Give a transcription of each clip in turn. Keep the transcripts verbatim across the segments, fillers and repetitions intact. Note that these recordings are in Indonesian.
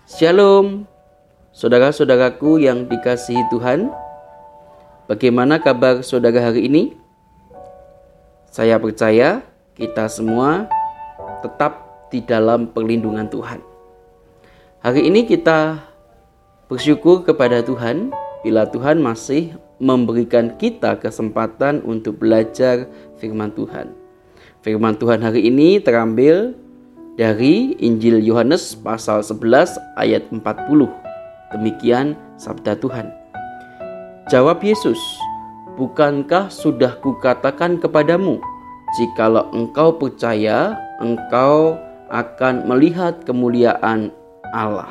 Shalom, saudara-saudaraku yang dikasihi Tuhan. Bagaimana kabar saudara hari ini? Saya percaya kita semua tetap di dalam perlindungan Tuhan. Hari ini kita bersyukur kepada Tuhan bila Tuhan masih memberikan kita kesempatan untuk belajar firman Tuhan. Firman Tuhan hari ini terambil dari Injil Yohanes pasal sebelas ayat empat puluh. Demikian sabda Tuhan. Jawab Yesus, "Bukankah sudah kukatakan kepadamu, jikalau engkau percaya, engkau akan melihat kemuliaan Allah."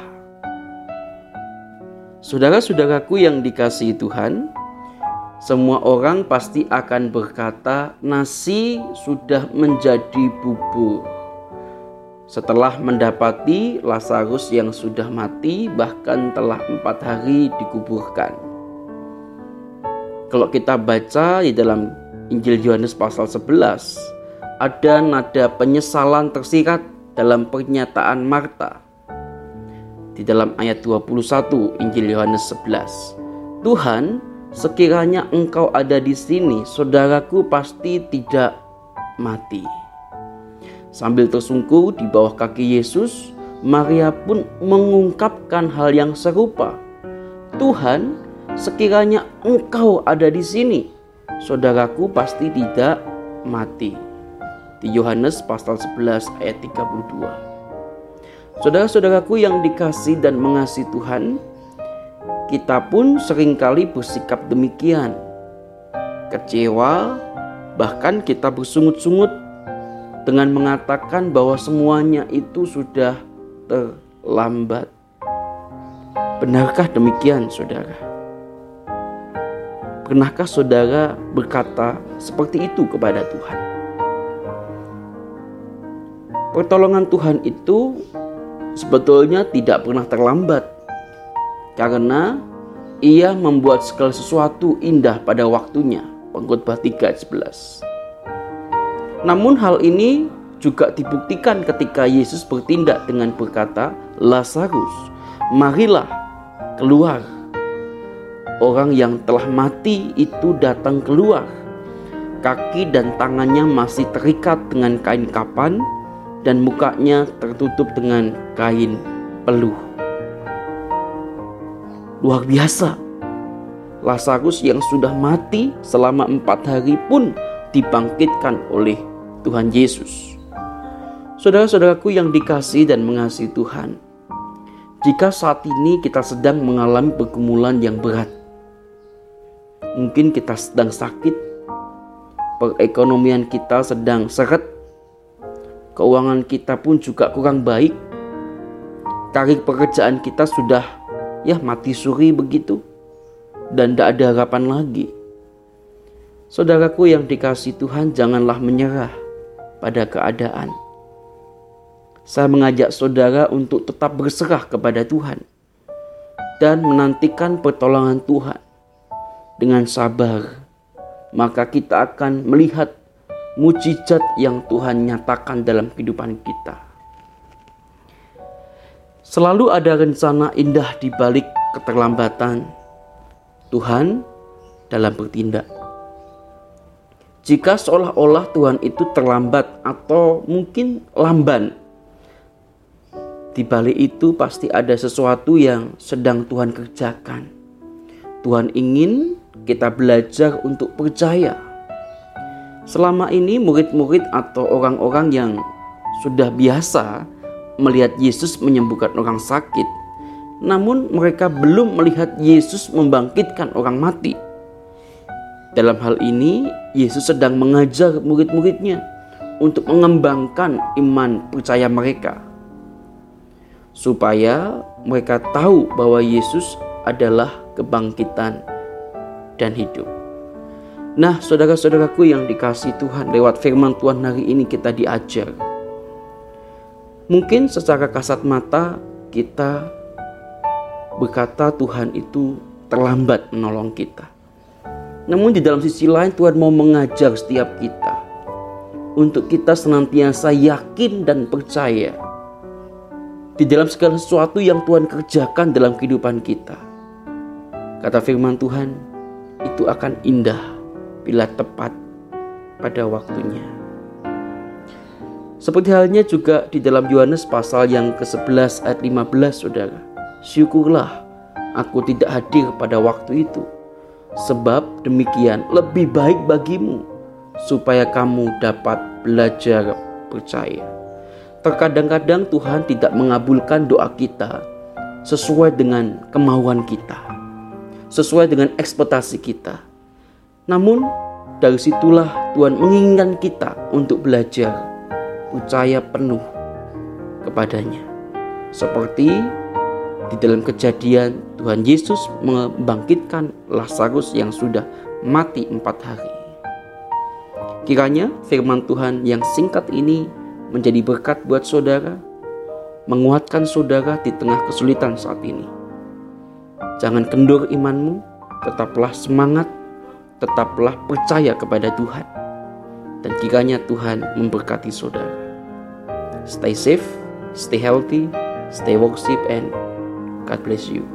Saudara-saudaraku yang dikasihi Tuhan, semua orang pasti akan berkata, nasi sudah menjadi bubur. Setelah mendapati Lazarus yang sudah mati, bahkan telah empat hari dikuburkan. Kalau kita baca di dalam Injil Yohanes pasal sebelas, ada nada penyesalan tersirat dalam pernyataan Marta. Di dalam ayat dua puluh satu Injil Yohanes sebelas, "Tuhan, sekiranya engkau ada di sini, saudaraku pasti tidak mati." Sambil tersungkur di bawah kaki Yesus, Maria pun mengungkapkan hal yang serupa. "Tuhan, sekiranya engkau ada di sini, saudaraku pasti tidak mati." Di Yohanes pasal sebelas ayat tiga puluh dua. Saudara-saudaraku yang dikasihi dan mengasihi Tuhan, kita pun seringkali bersikap demikian. Kecewa, bahkan kita bersungut-sungut dengan mengatakan bahwa semuanya itu sudah terlambat. Benarkah demikian, saudara? Pernahkah saudara berkata seperti itu kepada Tuhan? Pertolongan Tuhan itu sebetulnya tidak pernah terlambat, karena Ia membuat segala sesuatu indah pada waktunya. Pengkhotbah tiga ayat sebelas. Namun hal ini juga dibuktikan ketika Yesus bertindak dengan berkata, "Lazarus, marilah keluar." Orang yang telah mati itu datang keluar. Kaki dan tangannya masih terikat dengan kain kapan dan mukanya tertutup dengan kain peluh. Luar biasa. Lazarus yang sudah mati selama empat hari pun dibangkitkan oleh Tuhan Yesus. Saudara-saudaraku yang dikasihi dan mengasihi Tuhan, jika saat ini kita sedang mengalami pergumulan yang berat, mungkin kita sedang sakit, perekonomian kita sedang seret, keuangan kita pun juga kurang baik, karir pekerjaan kita sudah ya mati suri begitu, dan tidak ada harapan lagi. Saudaraku yang dikasihi Tuhan, janganlah menyerah pada keadaan. Saya mengajak saudara untuk tetap berserah kepada Tuhan dan menantikan pertolongan Tuhan dengan sabar. Maka kita akan melihat mujizat yang Tuhan nyatakan dalam kehidupan kita. Selalu ada rencana indah di balik keterlambatan Tuhan dalam bertindak. Jika seolah-olah Tuhan itu terlambat atau mungkin lamban, di balik itu pasti ada sesuatu yang sedang Tuhan kerjakan. Tuhan ingin kita belajar untuk percaya. Selama ini murid-murid atau orang-orang yang sudah biasa melihat Yesus menyembuhkan orang sakit, namun mereka belum melihat Yesus membangkitkan orang mati. Dalam hal ini, Yesus sedang mengajar murid-muridnya untuk mengembangkan iman percaya mereka, supaya mereka tahu bahwa Yesus adalah kebangkitan dan hidup. Nah, saudara-saudaraku yang dikasihi Tuhan, lewat firman Tuhan hari ini kita diajar. Mungkin secara kasat mata kita berkata Tuhan itu terlambat menolong kita. Namun di dalam sisi lain Tuhan mau mengajar setiap kita untuk kita senantiasa yakin dan percaya di dalam segala sesuatu yang Tuhan kerjakan dalam kehidupan kita. Kata firman Tuhan, itu akan indah bila tepat pada waktunya. Seperti halnya juga di dalam Yohanes pasal yang ke sebelas ayat lima belas, saudara. Syukurlah aku tidak hadir pada waktu itu, sebab demikian lebih baik bagimu, supaya kamu dapat belajar percaya. Terkadang-kadang Tuhan tidak mengabulkan doa kita sesuai dengan kemauan kita, sesuai dengan ekspektasi kita. Namun dari situlah Tuhan menginginkan kita untuk belajar percaya penuh kepadanya. Seperti di dalam Kejadian, Tuhan Yesus membangkitkan Lazarus yang sudah mati empat hari. Kiranya firman Tuhan yang singkat ini menjadi berkat buat saudara, menguatkan saudara di tengah kesulitan saat ini. Jangan kendur imanmu, tetaplah semangat, tetaplah percaya kepada Tuhan. Dan kiranya Tuhan memberkati saudara. Stay safe, stay healthy, stay worship, and God bless you.